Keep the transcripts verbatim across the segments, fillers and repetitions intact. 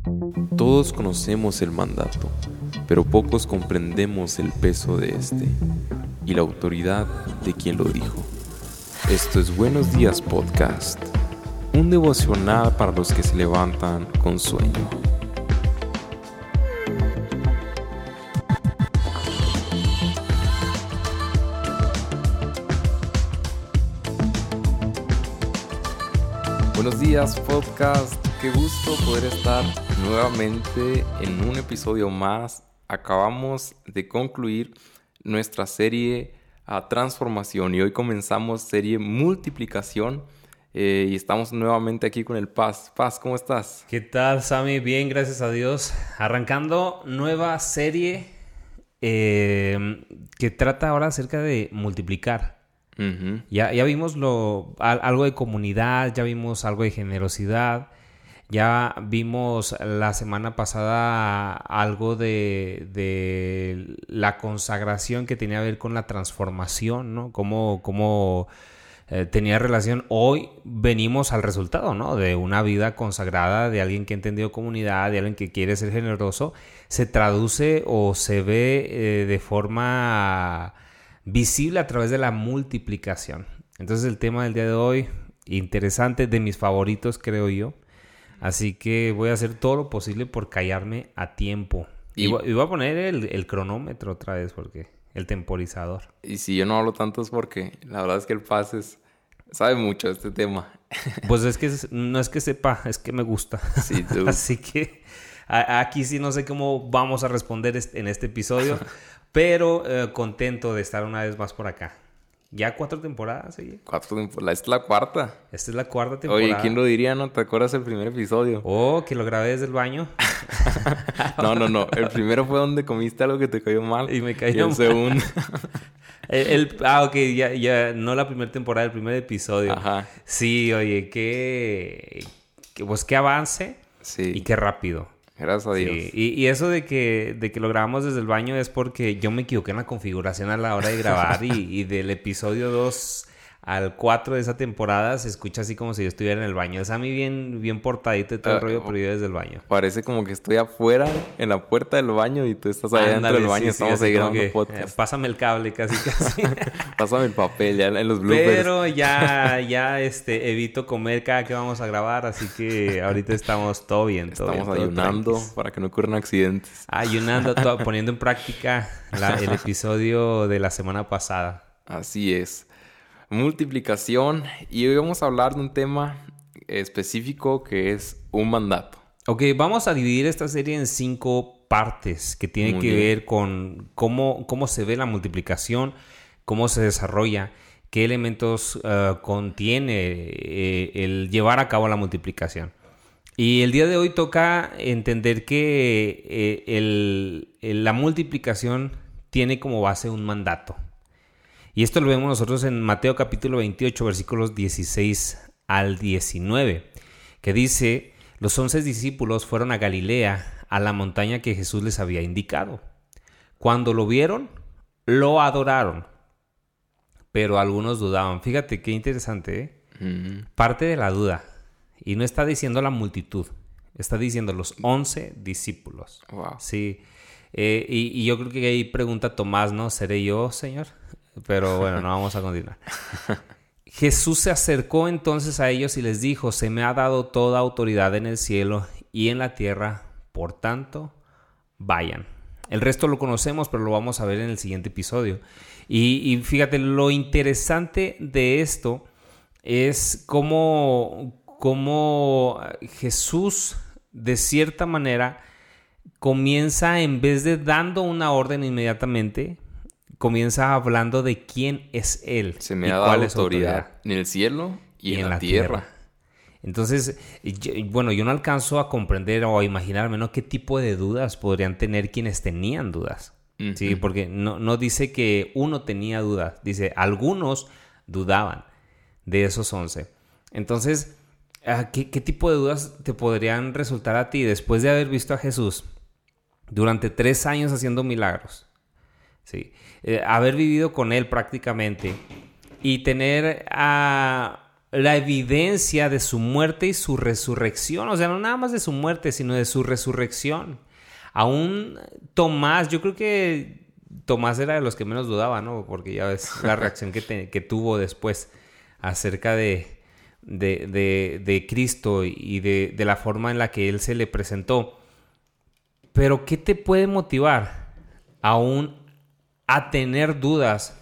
Todos conocemos el mandato, pero pocos comprendemos el peso de este y la autoridad de quien lo dijo. Esto es Buenos Días Podcast, un devocional para los que se levantan con sueño. Buenos días podcast, qué gusto poder estar nuevamente en un episodio más. Acabamos de concluir nuestra serie a Transformación y hoy comenzamos serie Multiplicación eh, y estamos nuevamente aquí con el Paz. Paz, ¿cómo estás? ¿Qué tal, Sammy? Bien, gracias a Dios. Arrancando nueva serie eh, que trata ahora acerca de multiplicar. Uh-huh. Ya, ya vimos lo, algo de comunidad, ya vimos algo de generosidad, ya vimos la semana pasada algo de, de la consagración que tenía que ver con la transformación, ¿no? Cómo, cómo eh, tenía relación. Hoy venimos al resultado, ¿no? De una vida consagrada, de alguien que ha entendido comunidad, de alguien que quiere ser generoso. Se traduce o se ve eh, de forma visible a través de la multiplicación. Entonces el tema del día de hoy, interesante, de mis favoritos creo yo. Así que voy a hacer todo lo posible por callarme a tiempo. Y, y, voy, y voy a poner el, el cronómetro otra vez, porque el temporizador. Y si yo no hablo tanto es porque la verdad es que el Paz es, sabe mucho de este tema. Pues es que no es que sepa, es que me gusta. Sí, tú. Así que a, aquí sí no sé cómo vamos a responder este, en este episodio. Pero eh, contento de estar una vez más por acá. ¿Ya cuatro temporadas? ¿Sí? Cuatro temporadas. Esta es la cuarta. Esta es la cuarta temporada. Oye, ¿quién lo diría, no? ¿Te acuerdas el primer episodio? Oh, que lo grabé desde el baño. no, no, no. El primero fue donde comiste algo que te cayó mal. Y me cayó y el mal. segundo... el, el, ah, ok. Ya, ya. No la primera temporada, el primer episodio. Ajá. Sí, oye, qué... qué pues qué avance. Sí. Y qué rápido. Gracias a Dios. Sí. Y, y eso de que, de que lo grabamos desde el baño es porque yo me equivoqué en la configuración a la hora de grabar y, y del episodio dos al cuatro de esa temporada se escucha así como si yo estuviera en el baño. Es a mí bien, bien portadito y todo el uh, rollo, pero yo desde el baño. Parece como que estoy afuera en la puerta del baño y tú estás allá dentro del baño. Sí, estamos sí, ahí grabando que, podcast. Eh, pásame el cable casi, casi. Pásame el papel ya en los bloopers. Pero ya, ya este, evito comer cada que vamos a grabar, así que ahorita estamos todo bien. Todo estamos bien, ayunando todo para que no ocurran accidentes. Ayunando, todo, poniendo en práctica la, el episodio de la semana pasada. Así es. Multiplicación. Y hoy vamos a hablar de un tema específico que es un mandato. Ok, vamos a dividir esta serie en cinco partes que tienen Muy que bien. ver con cómo, cómo se ve la multiplicación, cómo se desarrolla, qué elementos uh, contiene eh, el llevar a cabo la multiplicación. Y el día de hoy toca entender que eh, el, el, la multiplicación tiene como base un mandato. Y esto lo vemos nosotros en Mateo capítulo veintiocho, versículos dieciséis al diecinueve, que dice: los once discípulos fueron a Galilea, a la montaña que Jesús les había indicado. Cuando lo vieron, lo adoraron, pero algunos dudaban. Fíjate qué interesante, ¿eh? Mm-hmm. Parte de la duda. Y no está diciendo la multitud, está diciendo los once discípulos. Wow. Sí. Eh, y, y yo creo que ahí pregunta Tomás, ¿no? ¿Seré yo, Señor? Pero bueno, no vamos a continuar. Jesús se acercó entonces a ellos y les dijo: se me ha dado toda autoridad en el cielo y en la tierra, por tanto, vayan. El resto lo conocemos, pero lo vamos a ver en el siguiente episodio. Y, y fíjate, lo interesante de esto es cómo, cómo Jesús, de cierta manera, comienza, en vez de dando una orden inmediatamente, comienza hablando de quién es Él. Se me ha dado autoridad, autoridad en el cielo y, y en, en la, la tierra. tierra. Entonces, yo, bueno, yo no alcanzo a comprender o a imaginarme, ¿no?, qué tipo de dudas podrían tener quienes tenían dudas. Uh-huh. Sí, porque no, no dice que uno tenía dudas, dice algunos dudaban de esos once. Entonces, ¿qué, qué tipo de dudas te podrían resultar a ti después de haber visto a Jesús durante tres años haciendo milagros? Sí, eh, haber vivido con Él prácticamente y tener a la evidencia de su muerte y su resurrección. O sea, no nada más de su muerte, sino de su resurrección. Aún Tomás, yo creo que Tomás era de los que menos dudaba, ¿no? Porque ya ves la reacción que, te, que tuvo después acerca de, de, de, de Cristo y de, de la forma en la que Él se le presentó. Pero, ¿qué te puede motivar aún a tener dudas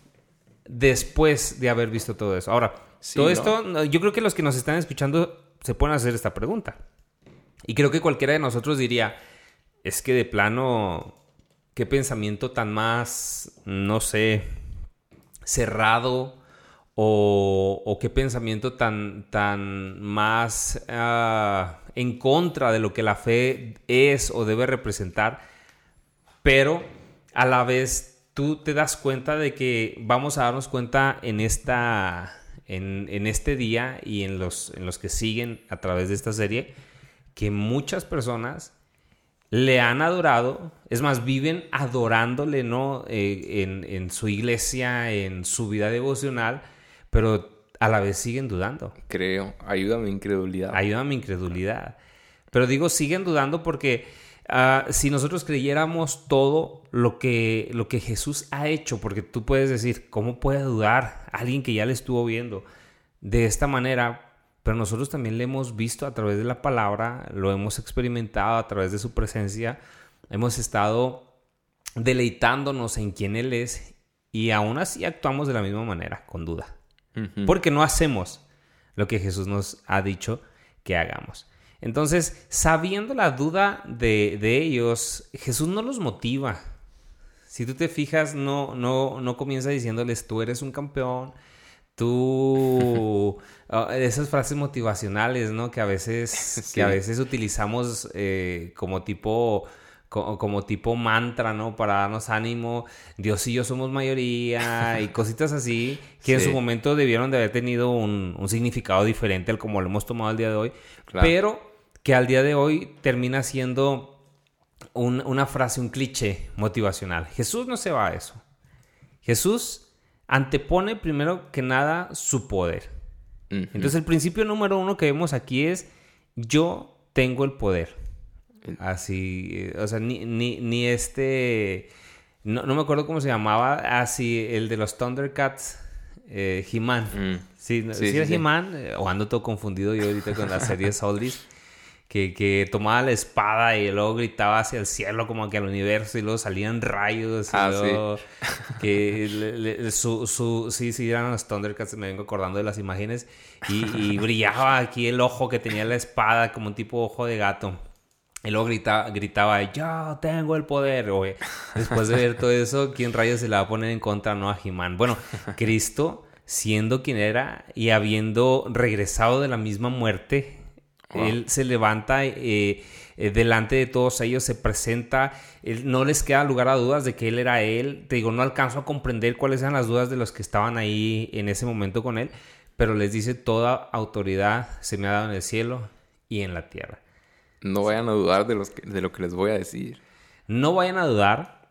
después de haber visto todo eso? Ahora, sí, todo ¿no? esto, yo creo que los que nos están escuchando se pueden hacer esta pregunta. Y creo que cualquiera de nosotros diría, es que de plano, qué pensamiento tan más, no sé, cerrado, o, o qué pensamiento tan, tan más uh, en contra de lo que la fe es o debe representar. Pero a la vez tú te das cuenta de que vamos a darnos cuenta en esta, en, en este día y en los, en los que siguen a través de esta serie, que muchas personas le han adorado, es más, viven adorándole, ¿no? Eh, en, en su iglesia, en su vida devocional, pero a la vez siguen dudando. Creo, ayuda a mi incredulidad. Ayuda a mi incredulidad. Pero digo, siguen dudando porque uh, si nosotros creyéramos todo lo que, lo que Jesús ha hecho, porque tú puedes decir, ¿cómo puede dudar alguien que ya le estuvo viendo de esta manera? Pero nosotros también le hemos visto a través de la palabra, lo hemos experimentado a través de su presencia, hemos estado deleitándonos en quién Él es y aún así actuamos de la misma manera, con duda. Uh-huh. Porque no hacemos lo que Jesús nos ha dicho que hagamos. Entonces, sabiendo la duda de, de ellos, Jesús no los motiva. Si tú te fijas, no, no, no comienza diciéndoles, tú eres un campeón. Tú, uh, esas frases motivacionales, ¿no? Que a veces, sí. que a veces utilizamos eh, como tipo, co- como tipo mantra, ¿no? Para darnos ánimo. Dios y yo somos mayoría y cositas así que sí. en su momento debieron de haber tenido un, un significado diferente al como lo hemos tomado el día de hoy. Claro. Pero que al día de hoy termina siendo un, una frase, un cliché motivacional. Jesús no se va a eso. Jesús antepone primero que nada su poder. Uh-huh. Entonces el principio número uno que vemos aquí es yo tengo el poder. Así, o sea, ni, ni, ni este, no, no me acuerdo cómo se llamaba, así el de los Thundercats, eh, He-Man. Mm. Sí, sí, ¿sí sí, era sí. He-Man, o ando todo confundido yo ahorita con la serie Soldiers. Que, que tomaba la espada y luego gritaba hacia el cielo como que al universo y luego salían rayos y ah, luego sí. que le, le, su, su, sí, sí, eran los Thundercats, me vengo acordando de las imágenes y, y brillaba aquí el ojo que tenía la espada como un tipo ojo de gato y luego gritaba, gritaba yo tengo el poder. Oye, después de ver todo eso, ¿quién rayos se la va a poner en contra? No, a He-Man. Bueno, Cristo siendo quien era y habiendo regresado de la misma muerte, wow. Él se levanta eh, eh, delante de todos ellos, se presenta, él, no les queda lugar a dudas de que Él era Él. Te digo, no alcanzo a comprender cuáles eran las dudas de los que estaban ahí en ese momento con Él, pero les dice, toda autoridad se me ha dado en el cielo y en la tierra. No vayan a dudar de, los que, de lo que les voy a decir. No vayan a dudar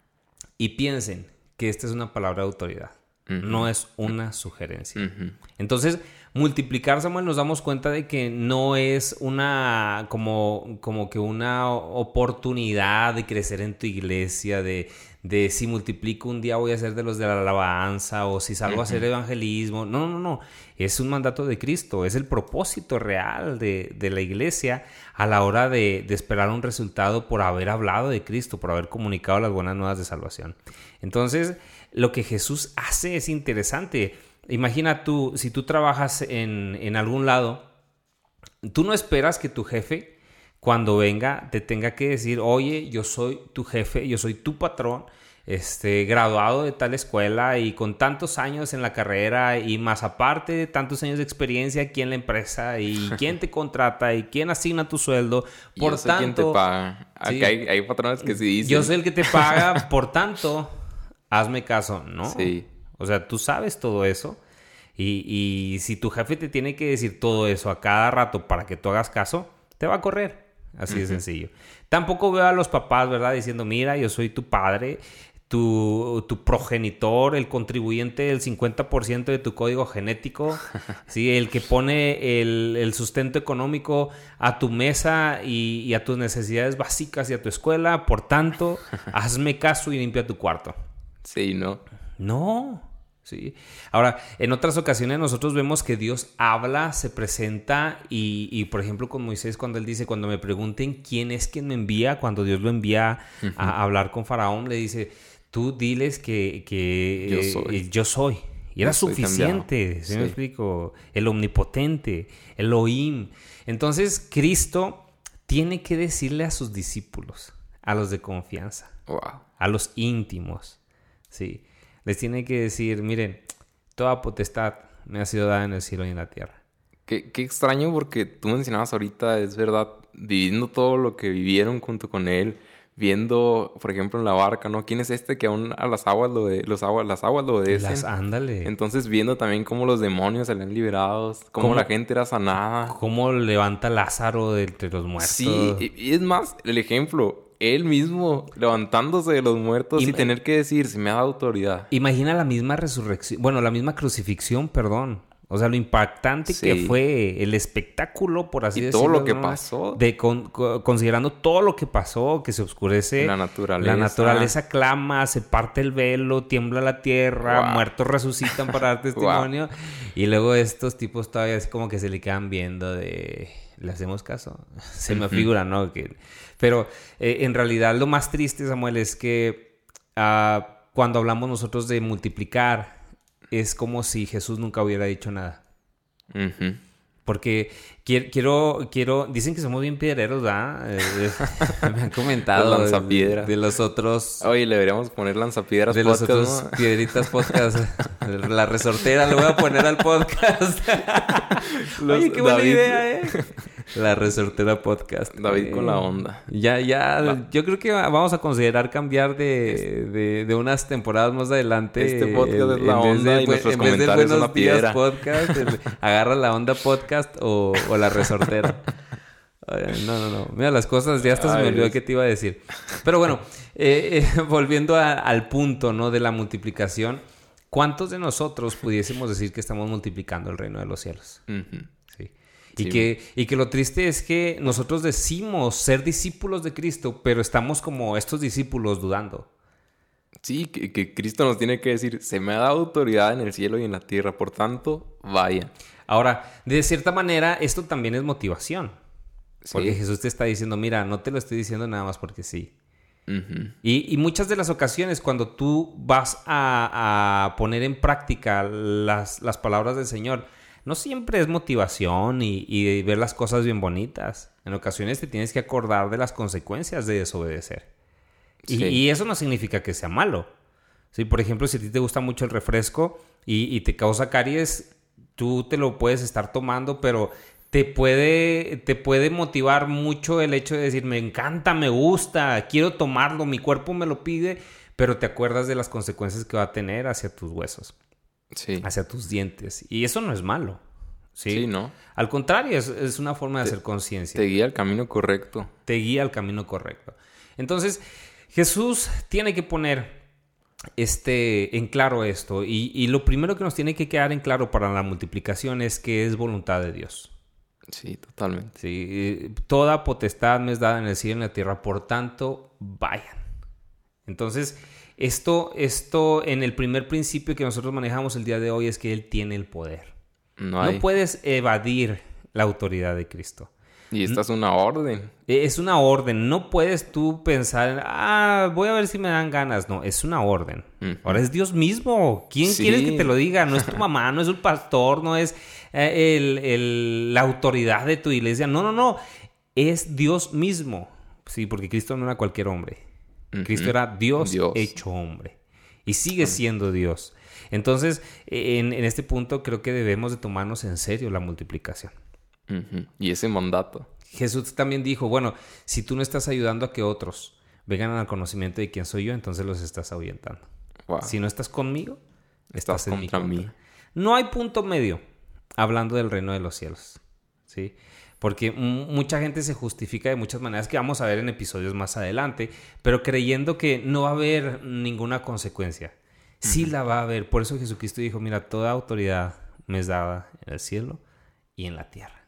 y piensen que esta es una palabra de autoridad. Uh-huh. No es una sugerencia. Uh-huh. Entonces, multiplicar, Samuel, nos damos cuenta de que no es una como, como que una oportunidad de crecer en tu iglesia, de, de si multiplico un día voy a ser de los de la alabanza o si salgo uh-huh. a hacer evangelismo. No, no, no. Es un mandato de Cristo. Es el propósito real de, de la iglesia a la hora de, de esperar un resultado por haber hablado de Cristo, por haber comunicado las buenas nuevas de salvación. Entonces, lo que Jesús hace es interesante. Imagina tú, si tú trabajas en, en algún lado, tú no esperas que tu jefe, cuando venga, te tenga que decir, oye, yo soy tu jefe, yo soy tu patrón, este, graduado de tal escuela y con tantos años en la carrera y más aparte de tantos años de experiencia aquí en la empresa y quién te contrata y quién asigna tu sueldo. Por yo soy tanto, quien te paga. Aquí sí, hay, hay patrones que sí dicen. Yo soy el que te paga, por tanto, hazme caso, ¿no? Sí. O sea, tú sabes todo eso y, y si tu jefe te tiene que decir todo eso a cada rato para que tú hagas caso, te va a correr. Así uh-huh. de sencillo. Tampoco veo a los papás, ¿verdad? Diciendo, mira, yo soy tu padre, tu, tu progenitor, el contribuyente del cincuenta por ciento de tu código genético, ¿sí? El que pone el, el sustento económico a tu mesa y, y a tus necesidades básicas y a tu escuela. Por tanto, hazme caso y limpia tu cuarto. Sí, ¿no? No. Sí. Ahora, en otras ocasiones nosotros vemos que Dios habla, se presenta y, y, por ejemplo, con Moisés cuando él dice, cuando me pregunten quién es quien me envía, cuando Dios lo envía uh-huh. a hablar con Faraón, le dice, tú diles que, que yo, soy. Eh, yo soy. Y era yo suficiente, ¿sí, sí me explico? El omnipotente, Elohim. Entonces, Cristo tiene que decirle a sus discípulos, a los de confianza, wow. a los íntimos, ¿sí? Les tiene que decir, miren, toda potestad me ha sido dada en el cielo y en la tierra. Qué, qué extraño porque tú mencionabas ahorita, es verdad, viviendo todo lo que vivieron junto con él, viendo, por ejemplo, en la barca, ¿no? ¿Quién es este que aún a las aguas lo de, los aguas, las aguas lo obedecen? Las ándale. Entonces, viendo también cómo los demonios salían liberados, cómo, cómo la gente era sanada. Cómo levanta Lázaro de entre los muertos. Sí, y, y es más, el ejemplo... Él mismo levantándose de los muertos Im- y tener que decir, se me ha dado autoridad. Imagina la misma resurrección, bueno, la misma crucifixión, perdón. O sea, lo impactante sí. que fue el espectáculo, por así y decirlo. Y todo lo que ¿no? pasó. De con, con, considerando todo lo que pasó, que se oscurece. La naturaleza. La naturaleza clama, se parte el velo, tiembla la tierra, wow. muertos resucitan para dar testimonio. Wow. Y luego estos tipos todavía así como que se le quedan viendo de... ¿Le hacemos caso? Se me figura, ¿no? Que... Pero eh, en realidad lo más triste, Samuel, es que uh, cuando hablamos nosotros de multiplicar, es como si Jesús nunca hubiera dicho nada. Uh-huh. Porque quiero, quiero, quiero... Dicen que somos bien piedreros, ¿verdad? Eh, me han comentado. Los lanzapiedras. De, de los otros... Oye, le deberíamos poner lanzapiedras de podcast, los otros ¿no? piedritas podcast. La resortera le voy a poner al podcast. Los, Oye, qué buena David... idea, ¿eh? La resortera podcast. David eh, con la onda. Ya, ya. La... Yo creo que vamos a considerar cambiar de, de, de unas temporadas más adelante. Este podcast el, es la onda de, y nuestros en comentarios vez de son la piedra. Podcast, el, agarra la onda podcast o, o la resortera. No, no, no. Mira, las cosas ya hasta Ay, se me olvidó Dios. Qué te iba a decir. Pero bueno, eh, eh, volviendo a, al punto, ¿no? De la multiplicación. ¿Cuántos de nosotros pudiésemos decir que estamos multiplicando el reino de los cielos? Uh-huh. Sí. Y, sí. que, y que lo triste es que nosotros decimos ser discípulos de Cristo, pero estamos como estos discípulos dudando. Sí, que, que Cristo nos tiene que decir, se me ha dado autoridad en el cielo y en la tierra, por tanto, vayan. Ahora, de cierta manera, esto también es motivación. Sí. Porque Jesús te está diciendo, mira, no te lo estoy diciendo nada más porque sí. Uh-huh. Y, y muchas de las ocasiones cuando tú vas a, a poner en práctica las, las palabras del Señor, no siempre es motivación y, y ver las cosas bien bonitas. En ocasiones te tienes que acordar de las consecuencias de desobedecer. Sí. Y, y eso no significa que sea malo. ¿Sí? Por ejemplo, si a ti te gusta mucho el refresco y, y te causa caries, tú te lo puedes estar tomando, pero... Te puede, te puede motivar mucho el hecho de decir, me encanta, me gusta, quiero tomarlo, mi cuerpo me lo pide, pero te acuerdas de las consecuencias que va a tener hacia tus huesos, sí. hacia tus dientes. Y eso no es malo. Sí, sí ¿no? Al contrario, es, es una forma de te, hacer conciencia. Te guía al camino correcto. Te guía al camino correcto. Entonces, Jesús tiene que poner este, en claro esto. Y, y lo primero que nos tiene que quedar en claro para la multiplicación es que es voluntad de Dios. Sí, totalmente. Sí, toda potestad me es dada en el cielo y en la tierra, por tanto, vayan. Entonces, esto, esto en el primer principio que nosotros manejamos el día de hoy es que Él tiene el poder. No, hay... no puedes evadir la autoridad de Cristo. Y esta es una orden. Es una orden. No puedes tú pensar, ah, voy a ver si me dan ganas. No, es una orden. Uh-huh. Ahora es Dios mismo. ¿Quién sí. quieres que te lo diga? No es tu mamá, no es el pastor, no es eh, el, el, la autoridad de tu iglesia. No, no, no. Es Dios mismo. Sí, porque Cristo no era cualquier hombre. Uh-huh. Cristo era Dios, Dios hecho hombre. Y sigue uh-huh. siendo Dios. Entonces, en, en este punto creo que debemos de tomarnos en serio la multiplicación. Uh-huh. Y ese mandato. Jesús también dijo, bueno, si tú no estás ayudando a que otros vengan al conocimiento de quién soy yo, entonces los estás ahuyentando. Wow. Si no estás conmigo, estás, estás en contra mi mí. No hay punto medio hablando del reino de los cielos, ¿sí? Porque m- mucha gente se justifica de muchas maneras que vamos a ver en episodios más adelante, pero creyendo que no va a haber ninguna consecuencia. Sí uh-huh. la va a haber. Por eso Jesucristo dijo, mira, toda autoridad me es dada en el cielo y en la tierra.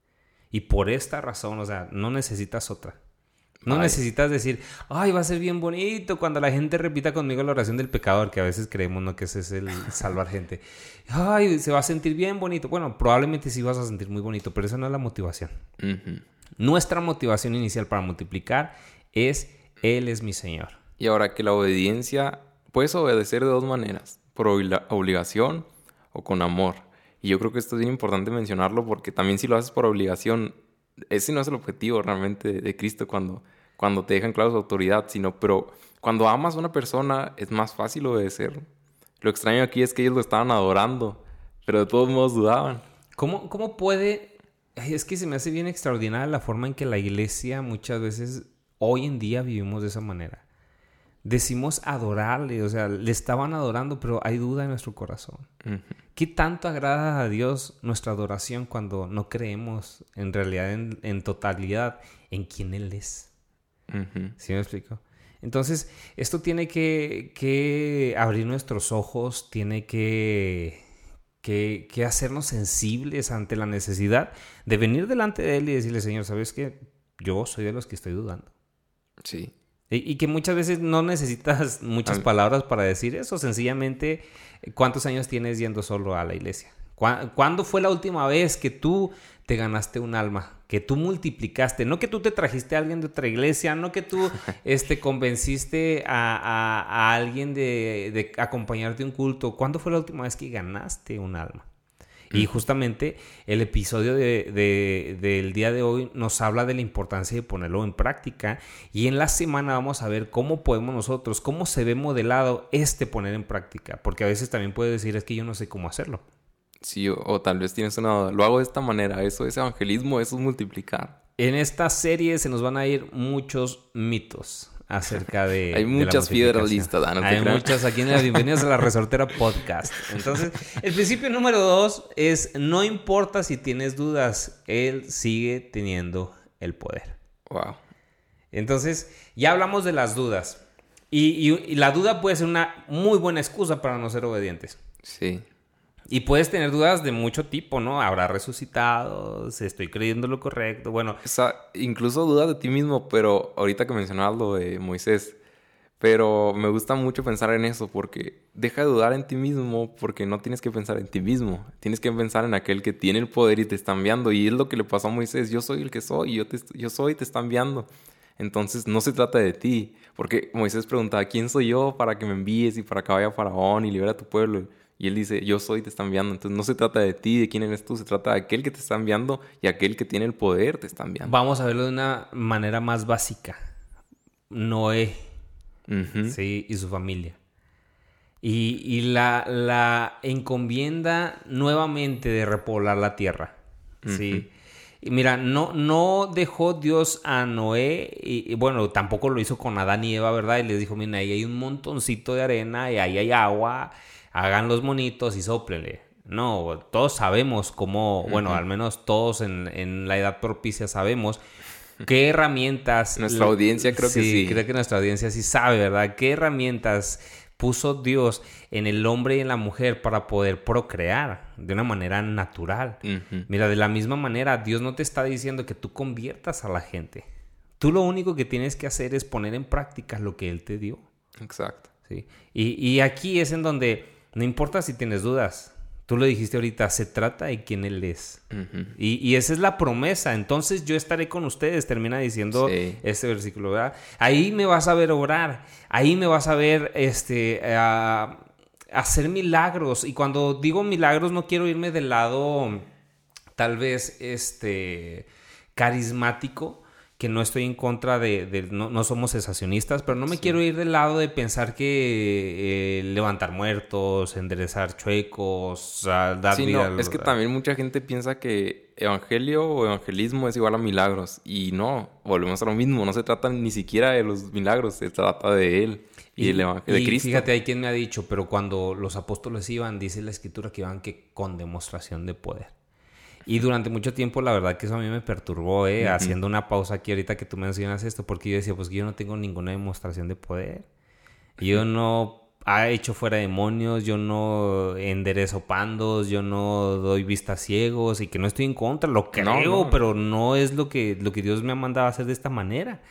Y por esta razón, o sea, no necesitas otra. No ay. necesitas decir, ay, va a ser bien bonito cuando la gente repita conmigo la oración del pecador, que a veces creemos, ¿no? Que ese es el salvar gente. Ay, se va a sentir bien bonito. Bueno, probablemente sí vas a sentir muy bonito, pero esa no es la motivación. Uh-huh. Nuestra motivación inicial para multiplicar es, Él es mi Señor. Y ahora que la obediencia, puedes obedecer de dos maneras, por obli- obligación o con amor. Y yo creo que esto es bien importante mencionarlo porque también si lo haces por obligación, ese no es el objetivo realmente de, de Cristo cuando, cuando te dejan claro su autoridad, sino, pero cuando amas a una persona es más fácil obedecerlo. Lo extraño aquí es que ellos lo estaban adorando, pero de todos modos dudaban. ¿Cómo, cómo puede? Es que se me hace bien extraordinaria la forma en que la iglesia muchas veces, hoy en día vivimos de esa manera. Decimos adorarle, o sea, le estaban adorando, pero hay duda en nuestro corazón. Uh-huh. ¿Qué tanto agrada a Dios nuestra adoración cuando no creemos en realidad, en, en totalidad, en quién Él es? Uh-huh. ¿Sí me explico? Entonces, esto tiene que, que abrir nuestros ojos, tiene que, que, que hacernos sensibles ante la necesidad de venir delante de Él y decirle, Señor, ¿sabes qué? Yo soy de los que estoy dudando. Sí. Y que muchas veces no necesitas muchas palabras para decir eso. Sencillamente, ¿cuántos años tienes yendo solo a la iglesia? ¿Cuándo fue la última vez que tú te ganaste un alma? Que tú multiplicaste. No que tú te trajiste a alguien de otra iglesia. No que tú este, convenciste a, a, a alguien de, de acompañarte a un culto. ¿Cuándo fue la última vez que ganaste un alma? Y justamente el episodio de, de, del día de hoy nos habla de la importancia de ponerlo en práctica. Y en la semana vamos a ver cómo podemos nosotros, cómo se ve modelado este poner en práctica. Porque a veces también puedes decir, es que yo no sé cómo hacerlo. Sí, o, o tal vez tienes una duda. Lo hago de esta manera. Eso es evangelismo, eso es multiplicar. En esta serie se nos van a ir muchos mitos acerca de hay muchas de piedras listas, ¿no? Hay muchas aquí en la Bienvenidos a la Resortera Podcast. Entonces, el principio número dos es, no importa si tienes dudas, Él sigue teniendo el poder. Wow. Entonces, ya hablamos de las dudas. Y, y, y la duda puede ser una muy buena excusa para no ser obedientes. Sí. Y puedes tener dudas de mucho tipo, ¿no? ¿Habrá resucitado? ¿Estoy creyendo lo correcto? Bueno. O sea, incluso dudas de ti mismo, pero ahorita que mencionabas lo de Moisés, pero me gusta mucho pensar en eso porque deja de dudar en ti mismo porque no tienes que pensar en ti mismo. Tienes que pensar en aquel que tiene el poder y te está enviando. Y es lo que le pasó a Moisés. Yo soy el que soy, yo, te, yo soy y te está enviando. Entonces no se trata de ti. Porque Moisés preguntaba, ¿quién soy yo para que me envíes y para que vaya a Faraón y libere a tu pueblo? Y él dice, yo soy, te está enviando. Entonces no se trata de ti, de quién eres tú. Se trata de aquel que te está enviando y aquel que tiene el poder te está enviando. Vamos a verlo de una manera más básica. Noé, uh-huh. ¿sí? Y su familia. Y, y la, la encomienda nuevamente de repoblar la tierra. Uh-huh. ¿Sí? Y mira, no, no dejó Dios a Noé, y, y bueno, tampoco lo hizo con Adán y Eva, ¿verdad? Y les dijo, mira, ahí hay un montoncito de arena y ahí hay agua. Hagan los monitos y sóplenle. No, todos sabemos cómo, uh-huh. bueno, al menos todos en, en la edad propicia sabemos qué herramientas... Nuestra audiencia creo sí, que sí. creo que nuestra audiencia sí sabe, ¿verdad? ¿Qué herramientas puso Dios en el hombre y en la mujer para poder procrear de una manera natural? Uh-huh. Mira, de la misma manera, Dios no te está diciendo que tú conviertas a la gente. Tú lo único que tienes que hacer es poner en práctica lo que Él te dio. Exacto. ¿Sí? Y, y aquí es en donde... No importa si tienes dudas. Tú lo dijiste ahorita, se trata de quién Él es. Uh-huh. Y, y esa es la promesa. Entonces yo estaré con ustedes, termina diciendo sí. este versículo, ¿verdad? Ahí me vas a ver orar. Ahí me vas a ver este, uh, hacer milagros. Y cuando digo milagros no quiero irme del lado tal vez este, carismático, que no estoy en contra de... de no, no somos cesacionistas, pero no me sí. quiero ir del lado de pensar que eh, levantar muertos, enderezar chuecos, dar sí, vida... No, es que también mucha gente piensa que evangelio o evangelismo es igual a milagros. Y no, volvemos a lo mismo. No se trata ni siquiera de los milagros, se trata de Él y, y el evangelio de Cristo. Fíjate, hay quien me ha dicho, pero cuando los apóstoles iban, dice la Escritura que iban que con demostración de poder. Y durante mucho tiempo, la verdad que eso a mí me perturbó, ¿eh? Uh-huh. Haciendo una pausa aquí ahorita que tú mencionas esto, porque yo decía, pues yo no tengo ninguna demostración de poder. Yo no he hecho fuera demonios, yo no enderezo pandos, yo no doy vistas ciegos y que no estoy en contra, lo creo, no, no. pero no es lo que, lo que Dios me ha mandado a hacer de esta manera.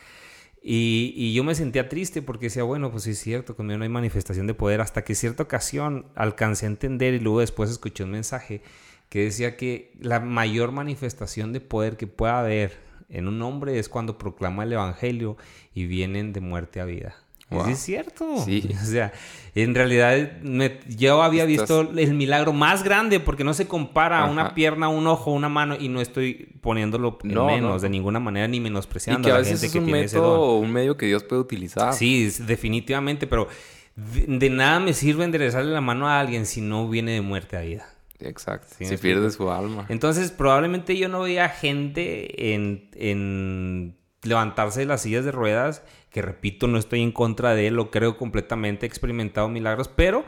Y, y yo me sentía triste porque decía, bueno, pues sí es cierto, conmigo no hay manifestación de poder, hasta que cierta ocasión alcancé a entender y luego después escuché un mensaje que decía que la mayor manifestación de poder que pueda haber en un hombre es cuando proclama el evangelio y vienen de muerte a vida. Wow. ¿Sí es cierto? Sí. O sea, en realidad me, yo había Estás... visto el milagro más grande porque no se compara a una pierna, un ojo, una mano y no estoy poniéndolo en no, menos no, no. de ninguna manera ni menospreciando y que a a la gente es que un tiene método, ese don. un medio que Dios puede utilizar. Sí, definitivamente, pero de, de nada me sirve enderezarle la mano a alguien si no viene de muerte a vida. Exacto, ¿sí? Si pierde su alma. Entonces, probablemente yo no veía gente en, en levantarse de las sillas de ruedas, que repito, no estoy en contra de él, lo creo completamente, he experimentado milagros, pero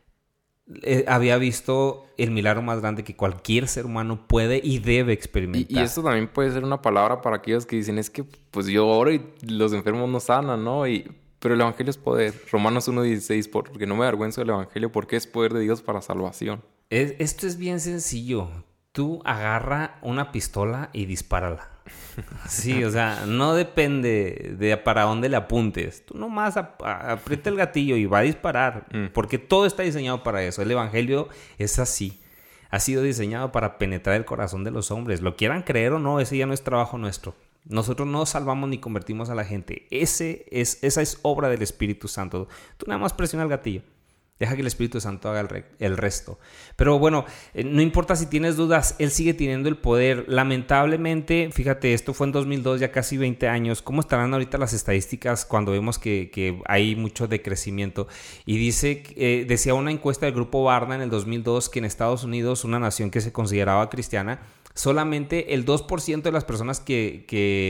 eh, había visto el milagro más grande que cualquier ser humano puede y debe experimentar. Y, y esto también puede ser una palabra para aquellos que dicen, es que pues yo oro y los enfermos no sanan, ¿no? Y... Pero el evangelio es poder. Romanos uno dieciséis, porque no me avergüenzo del evangelio, porque es poder de Dios para salvación. Es, esto es bien sencillo. Tú agarra una pistola y dispárala. Sí, o sea, no depende de para dónde le apuntes. Tú nomás ap- aprieta el gatillo y va a disparar. Mm. Porque todo está diseñado para eso. El evangelio es así. Ha sido diseñado para penetrar el corazón de los hombres. Lo quieran creer o no, ese ya no es trabajo nuestro. Nosotros no salvamos ni convertimos a la gente. Ese es, esa es obra del Espíritu Santo. Tú nada más presiona el gatillo. Deja que el Espíritu Santo haga el, re- el resto. Pero bueno, eh, no importa si tienes dudas, Él sigue teniendo el poder. Lamentablemente, fíjate, esto fue en dos mil dos, ya casi veinte años. ¿Cómo estarán ahorita las estadísticas cuando vemos que, que hay mucho decrecimiento? Y dice, eh, decía una encuesta del Grupo Barna en el dos mil dos que en Estados Unidos, una nación que se consideraba cristiana, solamente el dos por ciento de las personas que,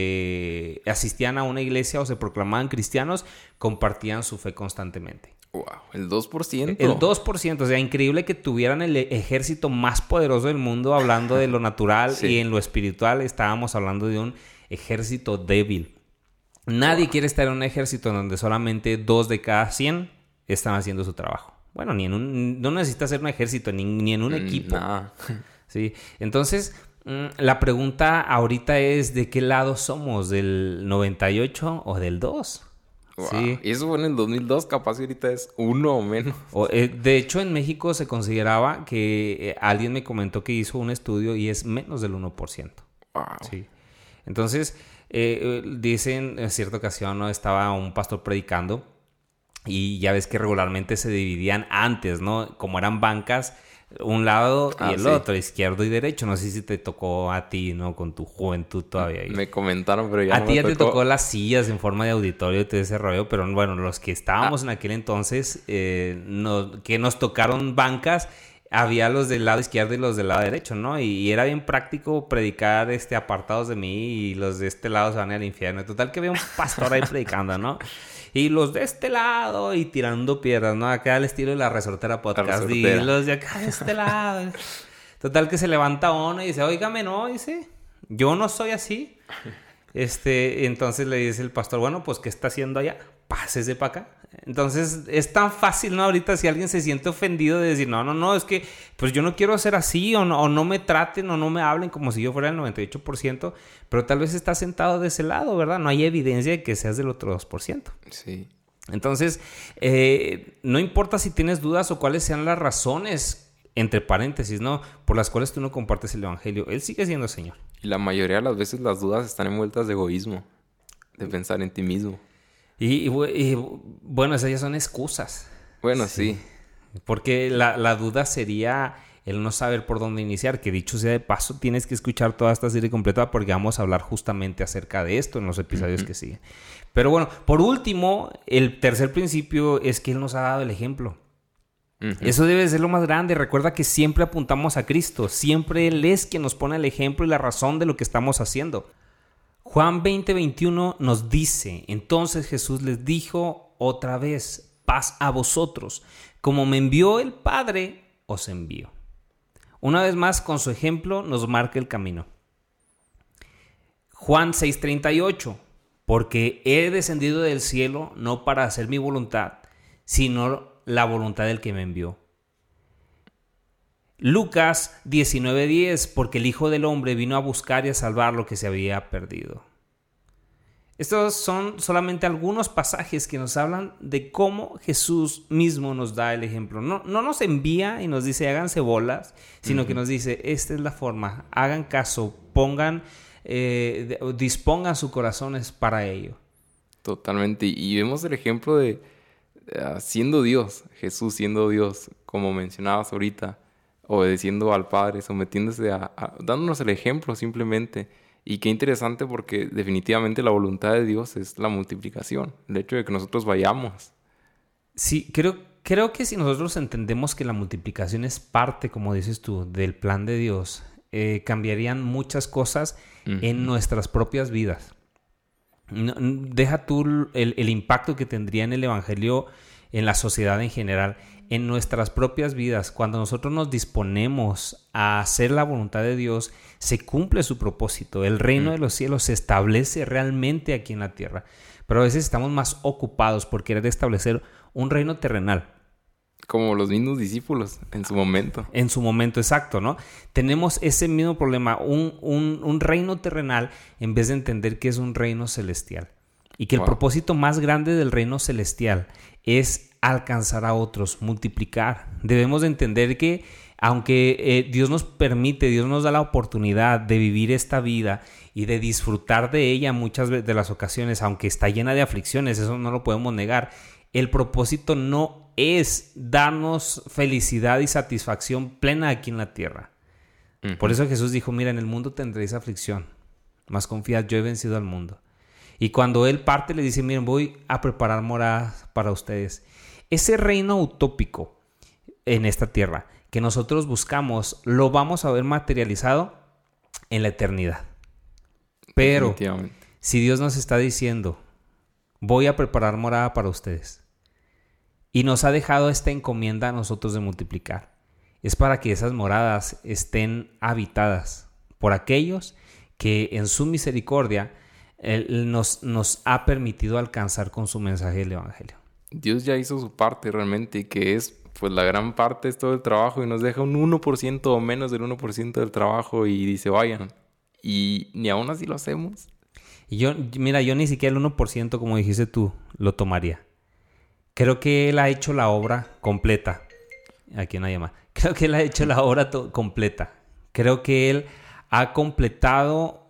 que asistían a una iglesia o se proclamaban cristianos compartían su fe constantemente. Wow, el dos por ciento. El dos por ciento, o sea, increíble que tuvieran el ejército más poderoso del mundo hablando de lo natural sí. Y en lo espiritual estábamos hablando de un ejército débil. Nadie wow. quiere estar en un ejército donde solamente dos de cada cien están haciendo su trabajo. Bueno, ni en un, no necesitas ser un ejército, ni, ni en un equipo. Nah. Sí, entonces la pregunta ahorita es ¿de qué lado somos? ¿Del noventa y ocho o del dos? Wow. Sí. Y eso fue en el dos mil dos, capaz ahorita es uno o menos. O, eh, de hecho, en México se consideraba que eh, alguien me comentó que hizo un estudio y es menos del uno por ciento. Wow. Sí. Entonces, eh, dicen, en cierta ocasión, ¿no? Estaba un pastor predicando y ya ves que regularmente se dividían antes, ¿no? Como eran bancas, un lado y ah, el sí. otro, izquierdo y derecho. No sé si te tocó a ti, ¿no? Con tu juventud todavía. Me comentaron, pero ya a no ti me ya tocó. te tocó las sillas en forma de auditorio y todo ese rollo, pero bueno, los que estábamos ah. en aquel entonces, eh, no, que nos tocaron bancas, había los del lado izquierdo y los del lado derecho, ¿no? Y, y era bien práctico predicar este, apartados de mí y los de este lado se van al infierno. Total que había un pastor ahí predicando, ¿no? Y los de este lado y tirando piedras, ¿no? Acá al estilo de la Resortera Podcast. La resortera. Y los de acá de este lado. Total que se levanta uno y dice, óigame, no, dice, yo no soy así. Este, entonces le dice el pastor, bueno, pues, ¿qué está haciendo allá? Pásese para acá. Entonces, es tan fácil, ¿no? Ahorita si alguien se siente ofendido de decir, no, no, no, es que pues yo no quiero ser así, o no, o no me traten, o no me hablen como si yo fuera el noventa y ocho por ciento, pero tal vez estás sentado de ese lado, ¿verdad? No hay evidencia de que seas del otro dos por ciento. Sí. Entonces, eh, no importa si tienes dudas o cuáles sean las razones, entre paréntesis, ¿no? Por las cuales tú no compartes el evangelio. Él sigue siendo Señor. Y la mayoría de las veces las dudas están envueltas de egoísmo, de pensar en ti mismo. Y, y, y bueno, esas ya son excusas. Bueno, sí. sí. Porque la, la duda sería el no saber por dónde iniciar. Que dicho sea de paso, tienes que escuchar toda esta serie completa porque vamos a hablar justamente acerca de esto en los episodios uh-huh. que siguen. Pero bueno, por último, el tercer principio es que Él nos ha dado el ejemplo. Uh-huh. Eso debe ser lo más grande. Recuerda que siempre apuntamos a Cristo. Siempre Él es quien nos pone el ejemplo y la razón de lo que estamos haciendo. Juan veinte veintiuno nos dice, entonces Jesús les dijo otra vez, paz a vosotros, como me envió el Padre, os envío. Una vez más, con su ejemplo, nos marca el camino. Juan seis treinta y ocho, porque he descendido del cielo no para hacer mi voluntad, sino la voluntad del que me envió. Lucas diecinueve diez, porque el Hijo del Hombre vino a buscar y a salvar lo que se había perdido. Estos son solamente algunos pasajes que nos hablan de cómo Jesús mismo nos da el ejemplo. No, no nos envía y nos dice háganse bolas, sino uh-huh. que nos dice esta es la forma, hagan caso, pongan, eh, dispongan sus corazones para ello. Totalmente, y vemos el ejemplo de uh, siendo Dios, Jesús siendo Dios, como mencionabas ahorita, obedeciendo al Padre, sometiéndose a, a dándonos el ejemplo simplemente. Y qué interesante porque definitivamente la voluntad de Dios es la multiplicación, el hecho de que nosotros vayamos. Sí, creo, creo que si nosotros entendemos que la multiplicación es parte, como dices tú, del plan de Dios, eh, cambiarían muchas cosas uh-huh. en nuestras propias vidas. No, deja tú el, el impacto que tendría en el Evangelio en la sociedad en general, en nuestras propias vidas. Cuando nosotros nos disponemos a hacer la voluntad de Dios, se cumple su propósito. El reino mm. de los cielos se establece realmente aquí en la tierra. Pero a veces estamos más ocupados por querer establecer un reino terrenal. Como los mismos discípulos en su momento. En su momento, exacto, ¿no? Tenemos ese mismo problema, un, un, un reino terrenal en vez de entender que es un reino celestial. Y que el wow. propósito más grande del reino celestial es alcanzar a otros, multiplicar. Debemos de entender que aunque eh, Dios nos permite, Dios nos da la oportunidad de vivir esta vida y de disfrutar de ella muchas de las ocasiones, aunque está llena de aflicciones, eso no lo podemos negar. El propósito no es darnos felicidad y satisfacción plena aquí en la tierra. Uh-huh. Por eso Jesús dijo, mira, en el mundo tendréis aflicción, mas confiad, yo he vencido al mundo. Y cuando Él parte, le dice, miren, voy a preparar moradas para ustedes. Ese reino utópico en esta tierra que nosotros buscamos, lo vamos a ver materializado en la eternidad. Pero si Dios nos está diciendo, voy a preparar morada para ustedes, y nos ha dejado esta encomienda a nosotros de multiplicar, es para que esas moradas estén habitadas por aquellos que en su misericordia Él nos, nos ha permitido alcanzar con su mensaje del Evangelio. Dios ya hizo su parte realmente, que es pues la gran parte es todo el trabajo, y nos deja un uno por ciento o menos del uno por ciento del trabajo y dice vayan. Y ni aún así lo hacemos. Y yo, mira, yo ni siquiera el uno por ciento, como dijiste tú, lo tomaría. Creo que Él ha hecho la obra completa. Aquí una llama. Creo que Él ha hecho la obra to- completa. Creo que Él ha completado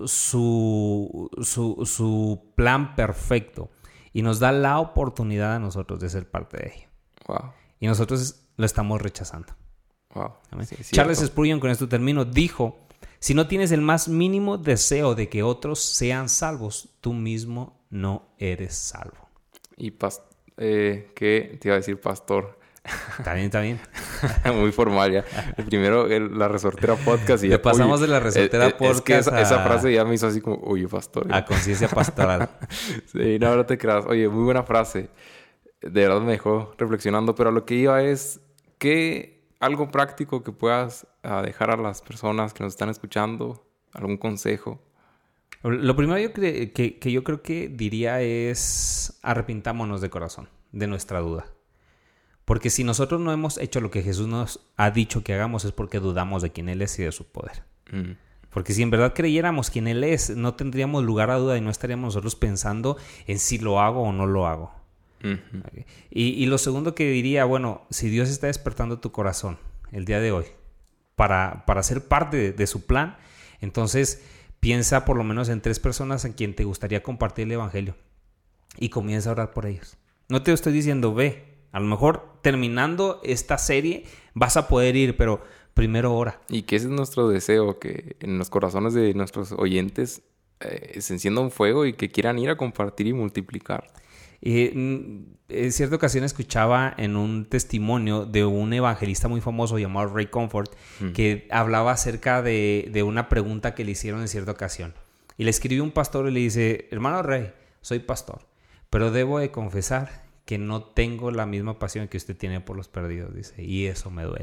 su, su, su plan perfecto y nos da la oportunidad a nosotros de ser parte de ello. Wow. Y nosotros lo estamos rechazando. Wow. Sí, Charles Spurgeon, con esto termino, dijo, si no tienes el más mínimo deseo de que otros sean salvos, tú mismo no eres salvo. Y pas- eh, ¿qué te iba a decir, pastor? Está bien, está bien. Muy formal ya. El primero, el, la Resortera Podcast. Y ya, ya pasamos oye, de la Resortera eh, Podcast es que esa, a... esa frase ya me hizo así como, oye, pastor. A conciencia pastoral. Sí, no, no te creas. Oye, muy buena frase. De verdad me dejó reflexionando. Pero lo que iba es que algo práctico que puedas uh, dejar a las personas que nos están escuchando. ¿Algún consejo? Lo primero yo cre- que, que yo creo que diría es arrepintámonos de corazón de nuestra duda. Porque si nosotros no hemos hecho lo que Jesús nos ha dicho que hagamos es porque dudamos de quién Él es y de su poder. Mm. Porque si en verdad creyéramos quién Él es, no tendríamos lugar a duda y no estaríamos nosotros pensando en si lo hago o no lo hago. Uh-huh. Okay. Y, y lo segundo que diría, bueno, si Dios está despertando tu corazón el día de hoy para, para ser parte de, de su plan, entonces piensa por lo menos en tres personas a quien te gustaría compartir el Evangelio y comienza a orar por ellos. No te estoy diciendo ve. A lo mejor terminando esta serie vas a poder ir, pero primero ora. Y que ese es nuestro deseo, que en los corazones de nuestros oyentes eh, se encienda un fuego y que quieran ir a compartir y multiplicar. Eh, en cierta ocasión escuchaba en un testimonio de un evangelista muy famoso llamado Ray Comfort, mm. que hablaba acerca de, de una pregunta que le hicieron en cierta ocasión. Y le escribió un pastor y le dice, hermano Ray, soy pastor, pero debo de confesar que no tengo la misma pasión que usted tiene por los perdidos, dice, y eso me duele.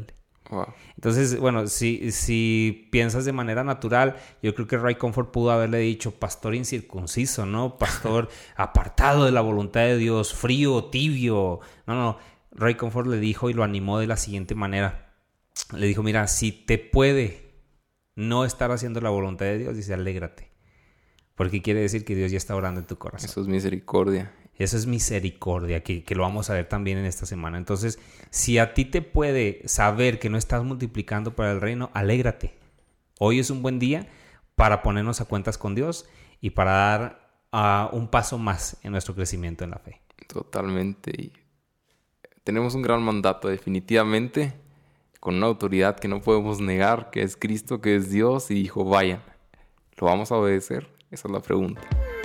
Wow. Entonces, bueno, si, si piensas de manera natural, yo creo que Ray Comfort pudo haberle dicho pastor incircunciso, ¿no? Pastor apartado de la voluntad de Dios, frío, tibio. No, no. Ray Comfort le dijo y lo animó de la siguiente manera. Le dijo, mira, si te puede no estar haciendo la voluntad de Dios, dice, alégrate. Porque quiere decir que Dios ya está orando en tu corazón. Eso es misericordia. Eso es misericordia, que, que lo vamos a ver también en esta semana. Entonces, si a ti te puede saber que no estás multiplicando para el reino, alégrate. Hoy es un buen día para ponernos a cuentas con Dios y para dar uh, un paso más en nuestro crecimiento en la fe. Totalmente. Y tenemos un gran mandato, definitivamente, con una autoridad que no podemos negar, que es Cristo, que es Dios, y dijo, vayan. ¿Lo vamos a obedecer? Esa es la pregunta.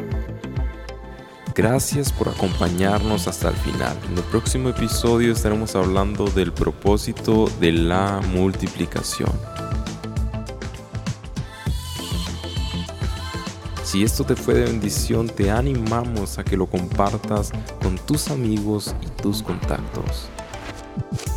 Gracias por acompañarnos hasta el final. En el próximo episodio estaremos hablando del propósito de la multiplicación. Si esto te fue de bendición, te animamos a que lo compartas con tus amigos y tus contactos.